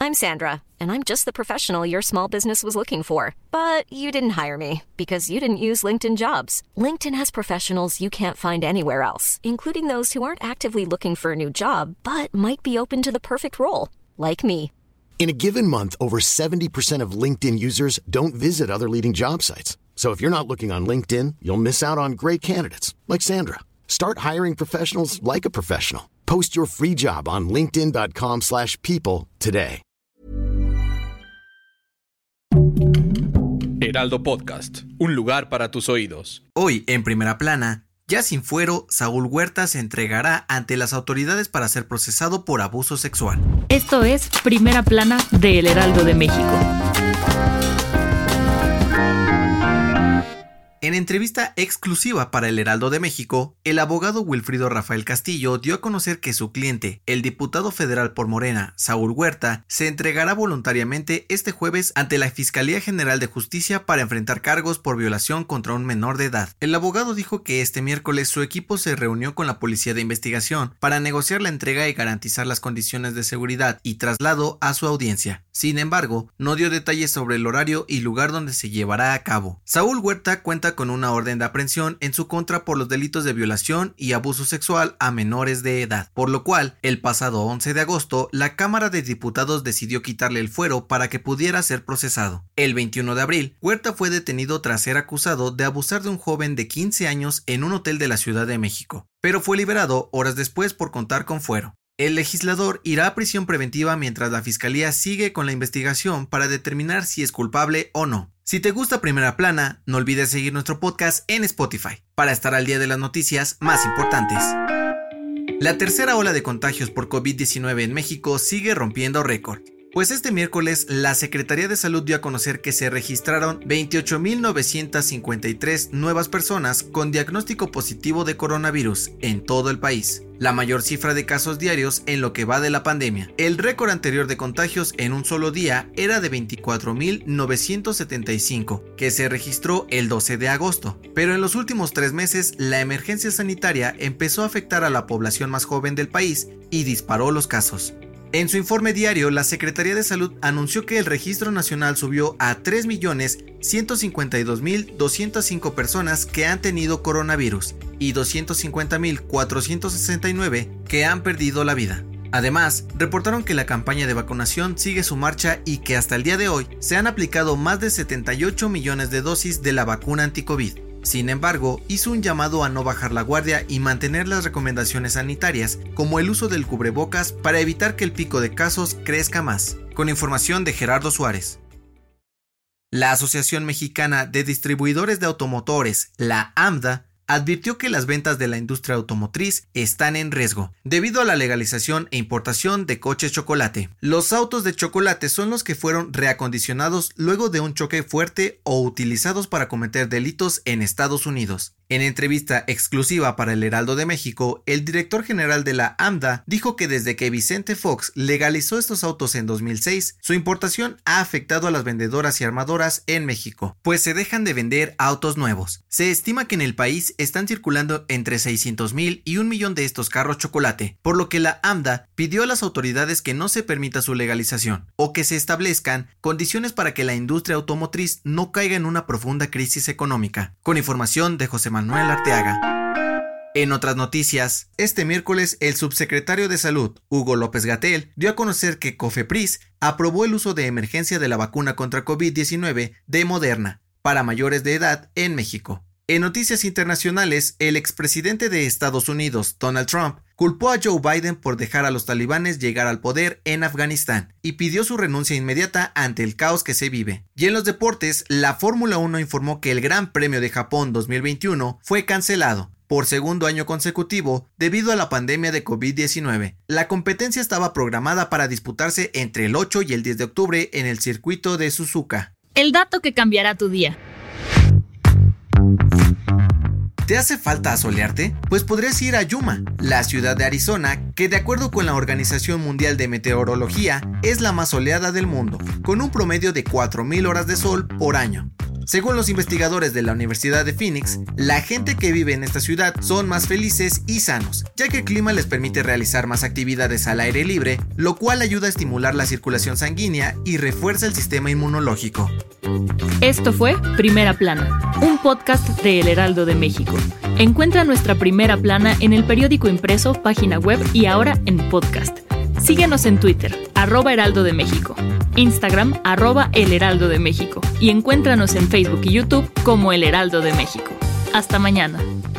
I'm Sandra, and I'm just the professional your small business was looking for. But you didn't hire me because you didn't use LinkedIn Jobs. LinkedIn has professionals you can't find anywhere else, including those who aren't actively looking for a new job, but might be open to the perfect role, like me. In a given month, over 70% of LinkedIn users don't visit other leading job sites. So if you're not looking on LinkedIn, you'll miss out on great candidates like Sandra. Start hiring professionals like a professional. Post your free job on linkedin.com/people today. Heraldo Podcast, un lugar para tus oídos. Hoy, en Primera Plana, ya sin fuero, Saúl Huerta se entregará ante las autoridades para ser procesado por abuso sexual. Esto es Primera Plana de El Heraldo de México. En entrevista exclusiva para El Heraldo de México, el abogado Wilfrido Rafael Castillo dio a conocer que su cliente, el diputado federal por Morena, Saúl Huerta, se entregará voluntariamente este jueves ante la Fiscalía General de Justicia para enfrentar cargos por violación contra un menor de edad. El abogado dijo que este miércoles su equipo se reunió con la Policía de Investigación para negociar la entrega y garantizar las condiciones de seguridad y traslado a su audiencia. Sin embargo, no dio detalles sobre el horario y lugar donde se llevará a cabo. Saúl Huerta cuenta con una orden de aprehensión en su contra por los delitos de violación y abuso sexual a menores de edad, por lo cual, el pasado 11 de agosto, la Cámara de Diputados decidió quitarle el fuero para que pudiera ser procesado. El 21 de abril, Huerta fue detenido tras ser acusado de abusar de un joven de 15 años en un hotel de la Ciudad de México, pero fue liberado horas después por contar con fuero. El legislador irá a prisión preventiva mientras la Fiscalía sigue con la investigación para determinar si es culpable o no. Si te gusta Primera Plana, no olvides seguir nuestro podcast en Spotify para estar al día de las noticias más importantes. La tercera ola de contagios por COVID-19 en México sigue rompiendo récord. Pues este miércoles la Secretaría de Salud dio a conocer que se registraron 28,953 nuevas personas con diagnóstico positivo de coronavirus en todo el país, la mayor cifra de casos diarios en lo que va de la pandemia. El récord anterior de contagios en un solo día era de 24,975, que se registró el 12 de agosto, pero en los últimos 3 meses la emergencia sanitaria empezó a afectar a la población más joven del país y disparó los casos. En su informe diario, la Secretaría de Salud anunció que el registro nacional subió a 3,152,205 personas que han tenido coronavirus y 250,469 que han perdido la vida. Además, reportaron que la campaña de vacunación sigue su marcha y que hasta el día de hoy se han aplicado más de 78 millones de dosis de la vacuna anti-COVID. Sin embargo, hizo un llamado a no bajar la guardia y mantener las recomendaciones sanitarias, como el uso del cubrebocas, para evitar que el pico de casos crezca más. Con información de Gerardo Suárez. La Asociación Mexicana de Distribuidores de Automotores, la AMDA, advirtió que las ventas de la industria automotriz están en riesgo, debido a la legalización e importación de coches chocolate. Los autos de chocolate son los que fueron reacondicionados luego de un choque fuerte o utilizados para cometer delitos en Estados Unidos. En entrevista exclusiva para El Heraldo de México, el director general de la AMDA dijo que desde que Vicente Fox legalizó estos autos en 2006, su importación ha afectado a las vendedoras y armadoras en México, pues se dejan de vender autos nuevos. Se estima que en el país están circulando entre 600,000 y 1 millón de estos carros chocolate, por lo que la AMDA pidió a las autoridades que no se permita su legalización o que se establezcan condiciones para que la industria automotriz no caiga en una profunda crisis económica. Con información de José Manuel Arteaga. En otras noticias, este miércoles el subsecretario de Salud, Hugo López-Gatell, dio a conocer que COFEPRIS aprobó el uso de emergencia de la vacuna contra COVID-19 de Moderna para mayores de edad en México. En noticias internacionales, el expresidente de Estados Unidos, Donald Trump, culpó a Joe Biden por dejar a los talibanes llegar al poder en Afganistán y pidió su renuncia inmediata ante el caos que se vive. Y en los deportes, la Fórmula 1 informó que el Gran Premio de Japón 2021 fue cancelado por segundo año consecutivo debido a la pandemia de COVID-19. La competencia estaba programada para disputarse entre el 8 y el 10 de octubre en el circuito de Suzuka. El dato que cambiará tu día. ¿Te hace falta asolearte? Pues podrías ir a Yuma, la ciudad de Arizona, que de acuerdo con la Organización Mundial de Meteorología, es la más soleada del mundo, con un promedio de 4,000 horas de sol por año. Según los investigadores de la Universidad de Phoenix, la gente que vive en esta ciudad son más felices y sanos, ya que el clima les permite realizar más actividades al aire libre, lo cual ayuda a estimular la circulación sanguínea y refuerza el sistema inmunológico. Esto fue Primera Plana, un podcast de El Heraldo de México. Encuentra nuestra Primera Plana en el periódico impreso, página web y ahora en podcast. Síguenos en Twitter, @Heraldo de México, Instagram, @El Heraldo de México y encuéntranos en Facebook y YouTube como El Heraldo de México. Hasta mañana.